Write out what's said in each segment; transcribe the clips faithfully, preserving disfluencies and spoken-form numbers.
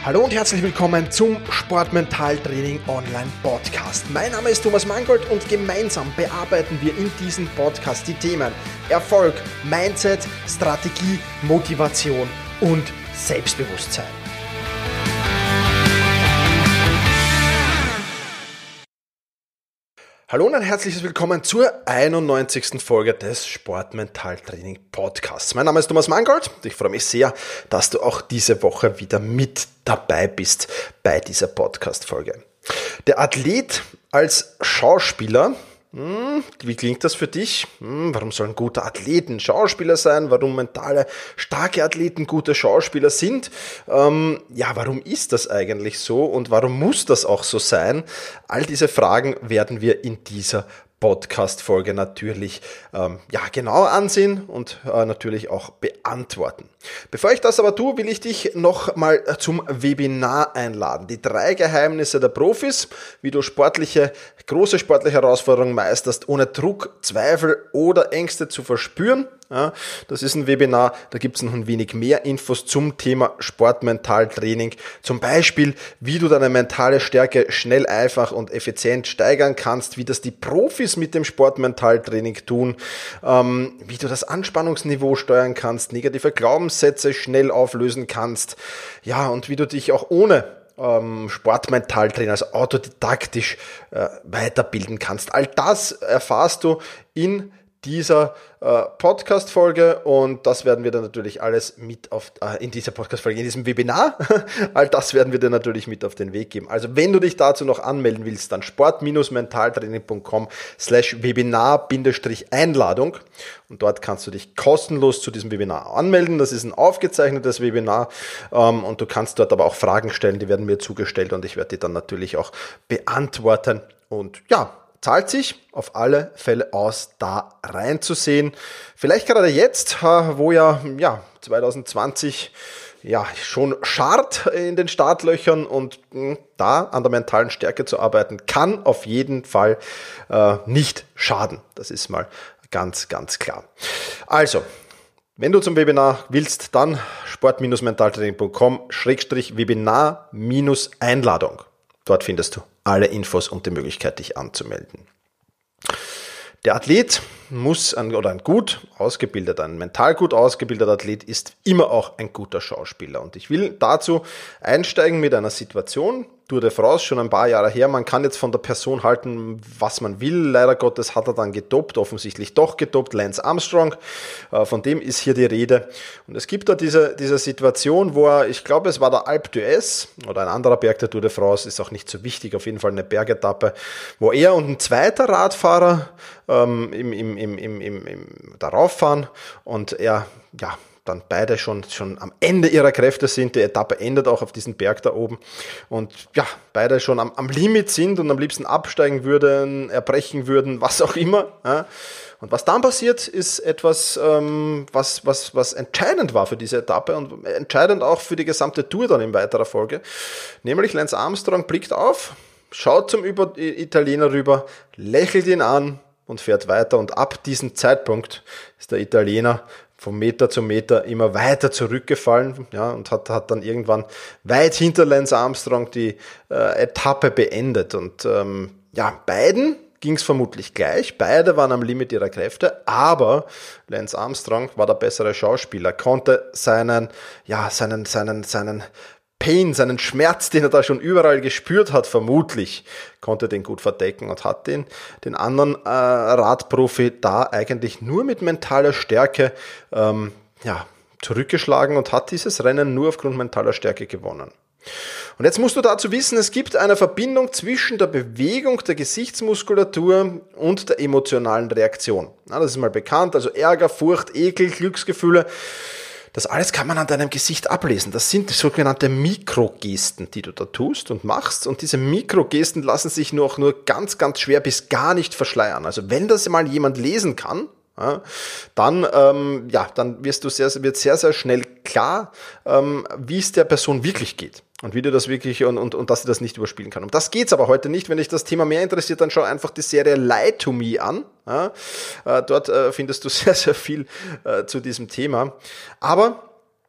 Hallo und herzlich willkommen zum Sportmentaltraining Online Podcast. Mein Name ist Thomas Mangold und gemeinsam bearbeiten wir in diesem Podcast die Themen Erfolg, Mindset, Strategie, Motivation und Selbstbewusstsein. Hallo und ein herzliches Willkommen zur einundneunzigsten Folge des Sportmentaltraining Podcasts. Mein Name ist Thomas Mangold und ich freue mich sehr, dass du auch diese Woche wieder mit dabei bist bei dieser Podcast-Folge. Der Athlet als Schauspieler, hm, wie klingt das für dich? Hm, warum soll ein guter Athlet ein Schauspieler sein? Warum mentale, starke Athleten gute Schauspieler sind? Ähm, ja, warum ist das eigentlich so und warum muss das auch so sein? All diese Fragen werden wir in dieser Podcast-Folge natürlich ähm, ja, genauer ansehen und äh, natürlich auch beantworten. Bevor ich das aber tue, will ich dich noch mal zum Webinar einladen. Die drei Geheimnisse der Profis, wie du sportliche, große sportliche Herausforderungen meisterst, ohne Druck, Zweifel oder Ängste zu verspüren. Ja, das ist ein Webinar, da gibt es noch ein wenig mehr Infos zum Thema Sportmentaltraining. Zum Beispiel, wie du deine mentale Stärke schnell, einfach und effizient steigern kannst, wie das die Profis mit dem Sportmentaltraining tun, ähm, wie du das Anspannungsniveau steuern kannst, negative Glaubenssätze schnell auflösen kannst, ja, und wie du dich auch ohne ähm, Sportmentaltraining, also autodidaktisch äh, weiterbilden kannst. All das erfahrst du in dieser äh, Podcast-Folge und das werden wir dann natürlich alles mit auf, äh, in dieser Podcast-Folge, in diesem Webinar, all das werden wir dir natürlich mit auf den Weg geben. Also wenn du dich dazu noch anmelden willst, dann sport-mentaltraining.com slash Webinar-Einladung und dort kannst du dich kostenlos zu diesem Webinar anmelden. Das ist ein aufgezeichnetes Webinar ähm, und du kannst dort aber auch Fragen stellen, die werden mir zugestellt und ich werde die dann natürlich auch beantworten und ja, zahlt sich auf alle Fälle aus, da reinzusehen. Vielleicht gerade jetzt, wo ja, ja zwanzig zwanzig ja schon scharrt in den Startlöchern und mh, da an der mentalen Stärke zu arbeiten, kann auf jeden Fall äh, nicht schaden. Das ist mal ganz, ganz klar. Also, wenn du zum Webinar willst, dann sport-mentaltraining.com schrägstrich Webinar-Einladung. Dort findest du alle Infos und die Möglichkeit, dich anzumelden. Der Athlet muss, ein, oder ein gut ausgebildeter, ein mental gut ausgebildeter Athlet ist immer auch ein guter Schauspieler. Und ich will dazu einsteigen mit einer Situation, Tour de France, schon ein paar Jahre her. Man kann jetzt von der Person halten, was man will. Leider Gottes hat er dann gedopt, offensichtlich doch gedopt, Lance Armstrong. Äh, von dem ist hier die Rede. Und es gibt da diese, diese Situation, wo er, ich glaube, es war der Alpe d'Huez oder ein anderer Berg der Tour de France, ist auch nicht so wichtig, auf jeden Fall eine Bergetappe, wo er und ein zweiter Radfahrer ähm, im, im, im, im, im, im, darauf fahren und er, ja, dann beide schon, schon am Ende ihrer Kräfte sind. Die Etappe endet auch auf diesem Berg da oben. Und ja, beide schon am, am Limit sind und am liebsten absteigen würden, erbrechen würden, was auch immer. Ja. Und was dann passiert, ist etwas, ähm, was, was, was entscheidend war für diese Etappe und entscheidend auch für die gesamte Tour dann in weiterer Folge. Nämlich Lance Armstrong blickt auf, schaut zum Italiener rüber, lächelt ihn an und fährt weiter. Und ab diesem Zeitpunkt ist der Italiener von Meter zu Meter immer weiter zurückgefallen, ja, und hat, hat dann irgendwann weit hinter Lance Armstrong die äh, Etappe beendet. Und ähm, ja, beiden ging es vermutlich gleich, beide waren am Limit ihrer Kräfte, aber Lance Armstrong war der bessere Schauspieler, konnte seinen, ja, seinen, seinen, seinen Pain, seinen Schmerz, den er da schon überall gespürt hat, vermutlich, konnte den gut verdecken und hat den, den anderen äh, Radprofi da eigentlich nur mit mentaler Stärke ähm, ja, zurückgeschlagen und hat dieses Rennen nur aufgrund mentaler Stärke gewonnen. Und jetzt musst du dazu wissen, es gibt eine Verbindung zwischen der Bewegung der Gesichtsmuskulatur und der emotionalen Reaktion. Ja, das ist mal bekannt, also Ärger, Furcht, Ekel, Glücksgefühle. Das alles kann man an deinem Gesicht ablesen. Das sind sogenannte Mikrogesten, die du da tust und machst. Und diese Mikrogesten lassen sich nur auch nur ganz, ganz schwer bis gar nicht verschleiern. Also wenn das mal jemand lesen kann, ja, dann, ähm, ja, dann wirst du sehr, wird sehr, sehr schnell klar, ähm, wie es der Person wirklich geht. Und wie du das wirklich und, und, und dass sie das nicht überspielen kann. Um das geht's aber heute nicht. Wenn dich das Thema mehr interessiert, dann schau einfach die Serie Lie to Me an. Ja, äh, dort äh, findest du sehr, sehr viel äh, zu diesem Thema. Aber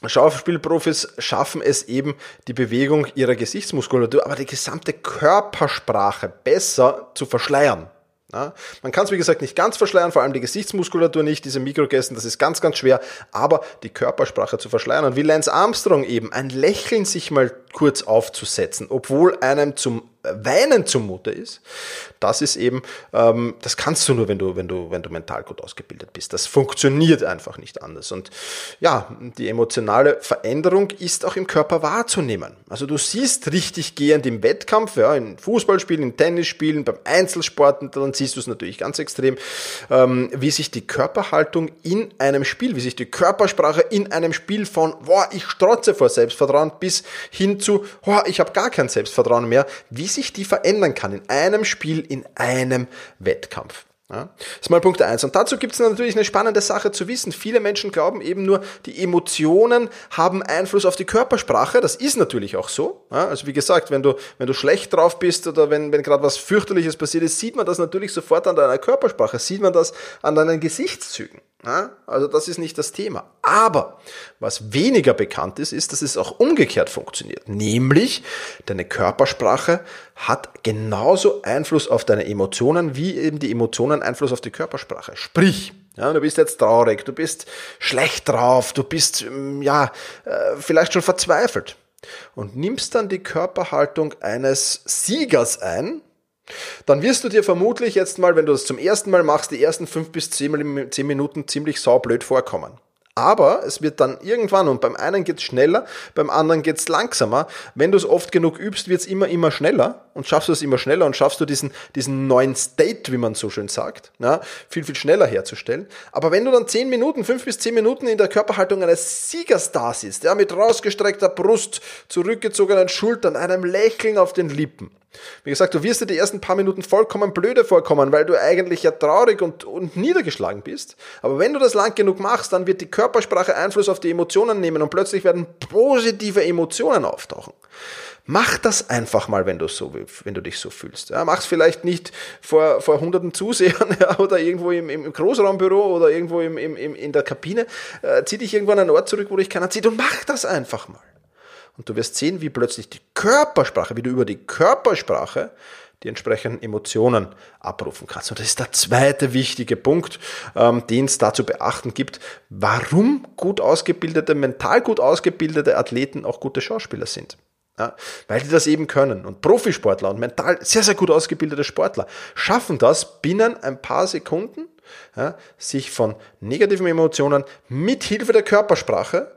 Schauspielprofis schaffen es eben, die Bewegung ihrer Gesichtsmuskulatur, aber die gesamte Körpersprache besser zu verschleiern. Ja, man kann es, wie gesagt, nicht ganz verschleiern, vor allem die Gesichtsmuskulatur nicht, diese Mikrogesten, das ist ganz, ganz schwer, aber die Körpersprache zu verschleiern. Und wie Lance Armstrong eben, ein Lächeln sich mal kurz aufzusetzen, obwohl einem zum Weinen zumute ist, das ist eben, ähm, das kannst du nur, wenn du, wenn du, wenn du mental gut ausgebildet bist. Das funktioniert einfach nicht anders. Und ja, die emotionale Veränderung ist auch im Körper wahrzunehmen. Also du siehst richtig gehend im Wettkampf, ja, in Fußballspielen, in Tennisspielen, beim Einzelsporten, dann siehst du es natürlich ganz extrem, ähm, wie sich die Körperhaltung in einem Spiel, wie sich die Körpersprache in einem Spiel von, boah, ich strotze vor Selbstvertrauen bis hin zu, boah, ich habe gar kein Selbstvertrauen mehr, wie sich die verändern kann in einem Spiel, in einem Wettkampf. Ja, das ist mal Punkt eins. Und dazu gibt es natürlich eine spannende Sache zu wissen. Viele Menschen glauben eben nur, die Emotionen haben Einfluss auf die Körpersprache. Das ist natürlich auch so. Ja, also wie gesagt, wenn du, wenn du schlecht drauf bist oder wenn, wenn gerade was fürchterliches passiert ist, sieht man das natürlich sofort an deiner Körpersprache, sieht man das an deinen Gesichtszügen. Ja, also das ist nicht das Thema. Aber was weniger bekannt ist, ist, dass es auch umgekehrt funktioniert. Nämlich, deine Körpersprache hat genauso Einfluss auf deine Emotionen, wie eben die Emotionen Einfluss auf die Körpersprache. Sprich, ja, du bist jetzt traurig, du bist schlecht drauf, du bist ja vielleicht schon verzweifelt und nimmst dann die Körperhaltung eines Siegers ein, dann wirst du dir vermutlich jetzt mal, wenn du das zum ersten Mal machst, die ersten fünf bis zehn Minuten ziemlich saublöd vorkommen. Aber es wird dann irgendwann, und beim einen geht's schneller, beim anderen geht's langsamer. Wenn du es oft genug übst, wird's immer, immer schneller und schaffst du es immer schneller und schaffst du diesen, diesen neuen State, wie man so schön sagt, ja, viel, viel schneller herzustellen. Aber wenn du dann zehn Minuten, fünf bis zehn Minuten in der Körperhaltung eines Siegers da sitzt, ja, mit rausgestreckter Brust, zurückgezogenen Schultern, einem Lächeln auf den Lippen, wie gesagt, du wirst dir die ersten paar Minuten vollkommen blöde vorkommen, weil du eigentlich ja traurig und, und niedergeschlagen bist. Aber wenn du das lang genug machst, dann wird die Körpersprache Einfluss auf die Emotionen nehmen und plötzlich werden positive Emotionen auftauchen. Mach das einfach mal, wenn du so, wenn du dich so fühlst. Ja, mach's vielleicht nicht vor, vor hunderten Zusehern, ja, oder irgendwo im, im Großraumbüro oder irgendwo im, im, in der Kabine. Äh, zieh dich irgendwo an einen Ort zurück, wo dich keiner zieht und mach das einfach mal. Und du wirst sehen, wie plötzlich die Körpersprache, wie du über die Körpersprache die entsprechenden Emotionen abrufen kannst. Und das ist der zweite wichtige Punkt, ähm, den es da zu beachten gibt, warum gut ausgebildete, mental gut ausgebildete Athleten auch gute Schauspieler sind. Ja, weil die das eben können. Und Profisportler und mental sehr, sehr gut ausgebildete Sportler schaffen das binnen ein paar Sekunden, ja, sich von negativen Emotionen mit Hilfe der Körpersprache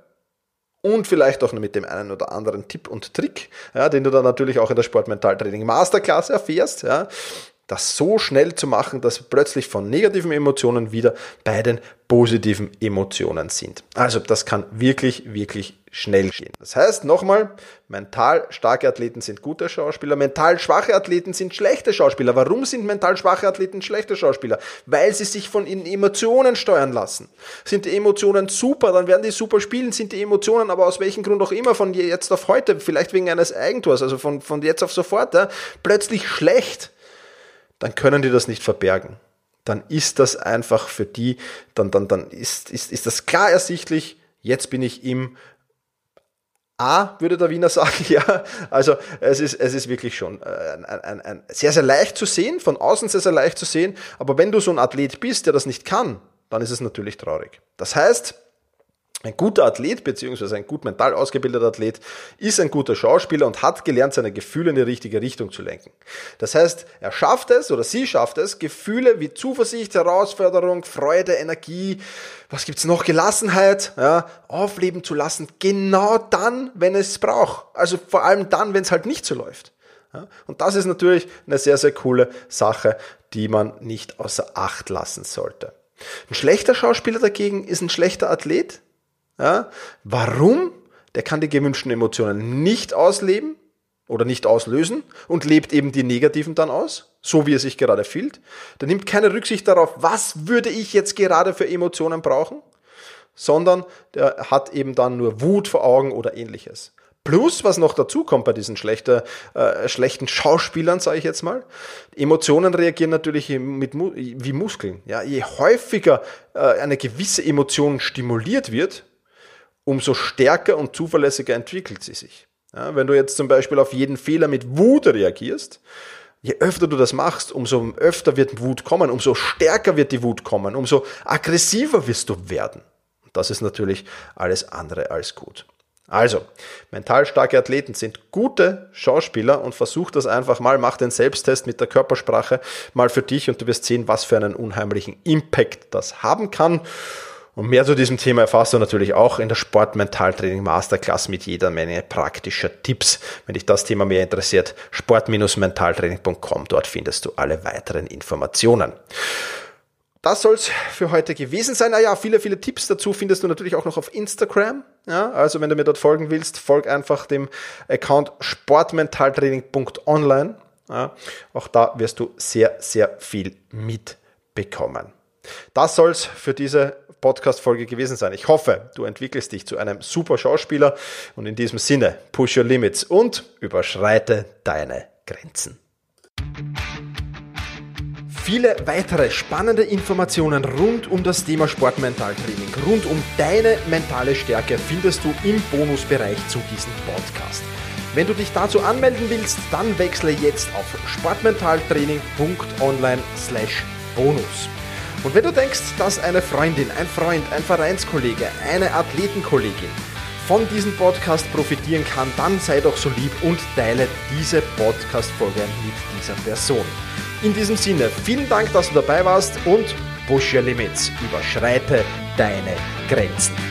und vielleicht auch mit dem einen oder anderen Tipp und Trick, ja, den du dann natürlich auch in der Sportmentaltraining Masterclass erfährst, ja, das so schnell zu machen, dass plötzlich von negativen Emotionen wieder bei den positiven Emotionen sind. Also das kann wirklich, wirklich schnell gehen. Das heißt, nochmal, mental starke Athleten sind gute Schauspieler, mental schwache Athleten sind schlechte Schauspieler. Warum sind mental schwache Athleten schlechte Schauspieler? Weil sie sich von ihren Emotionen steuern lassen. Sind die Emotionen super, dann werden die super spielen. Sind die Emotionen aber aus welchem Grund auch immer von jetzt auf heute, vielleicht wegen eines Eigentors, also von, von jetzt auf sofort, ja, plötzlich schlecht, dann können die das nicht verbergen. Dann ist das einfach für die, dann, dann, dann ist, ist, ist das klar ersichtlich, jetzt bin ich im A, würde der Wiener sagen, ja. Also es ist, es ist wirklich schon ein, ein, ein sehr, sehr leicht zu sehen, von außen sehr, sehr leicht zu sehen, aber wenn du so ein Athlet bist, der das nicht kann, dann ist es natürlich traurig. Das heißt, ein guter Athlet, beziehungsweise ein gut mental ausgebildeter Athlet, ist ein guter Schauspieler und hat gelernt, seine Gefühle in die richtige Richtung zu lenken. Das heißt, er schafft es oder sie schafft es, Gefühle wie Zuversicht, Herausforderung, Freude, Energie, was gibt's noch, Gelassenheit, ja, aufleben zu lassen, genau dann, wenn es braucht. Also vor allem dann, wenn es halt nicht so läuft. Ja, und das ist natürlich eine sehr, sehr coole Sache, die man nicht außer Acht lassen sollte. Ein schlechter Schauspieler dagegen ist ein schlechter Athlet. Ja, warum? Der kann die gewünschten Emotionen nicht ausleben oder nicht auslösen und lebt eben die negativen dann aus, so wie er sich gerade fühlt. Der nimmt keine Rücksicht darauf, was würde ich jetzt gerade für Emotionen brauchen, sondern der hat eben dann nur Wut vor Augen oder ähnliches. Plus, was noch dazu kommt bei diesen schlechter, äh, schlechten Schauspielern, sage ich jetzt mal, Emotionen reagieren natürlich mit, wie Muskeln. Ja, je häufiger äh, eine gewisse Emotion stimuliert wird, umso stärker und zuverlässiger entwickelt sie sich. Ja, wenn du jetzt zum Beispiel auf jeden Fehler mit Wut reagierst, je öfter du das machst, umso öfter wird Wut kommen, umso stärker wird die Wut kommen, umso aggressiver wirst du werden. Das ist natürlich alles andere als gut. Also, mental starke Athleten sind gute Schauspieler und versuch das einfach mal, mach den Selbsttest mit der Körpersprache mal für dich und du wirst sehen, was für einen unheimlichen Impact das haben kann. Und mehr zu diesem Thema erfährst du natürlich auch in der Sport-Mental-Training Masterclass mit jeder Menge praktischer Tipps. Wenn dich das Thema mehr interessiert, sport mentaltraining punkt com, dort findest du alle weiteren Informationen. Das soll es für heute gewesen sein. Ah ja, viele, viele Tipps dazu findest du natürlich auch noch auf Instagram. Ja, also wenn du mir dort folgen willst, folg einfach dem Account sport mentaltraining punkt online. Ja, auch da wirst du sehr, sehr viel mitbekommen. Das soll es für diese Podcast-Folge gewesen sein. Ich hoffe, du entwickelst dich zu einem super Schauspieler und in diesem Sinne, push your limits und überschreite deine Grenzen. Viele weitere spannende Informationen rund um das Thema Sportmentaltraining, rund um deine mentale Stärke findest du im Bonusbereich zu diesem Podcast. Wenn du dich dazu anmelden willst, dann wechsle jetzt auf sport mentaltraining punkt online slash bonus. Und wenn du denkst, dass eine Freundin, ein Freund, ein Vereinskollege, eine Athletenkollegin von diesem Podcast profitieren kann, dann sei doch so lieb und teile diese Podcast-Folge mit dieser Person. In diesem Sinne, vielen Dank, dass du dabei warst und push your limits, überschreite deine Grenzen.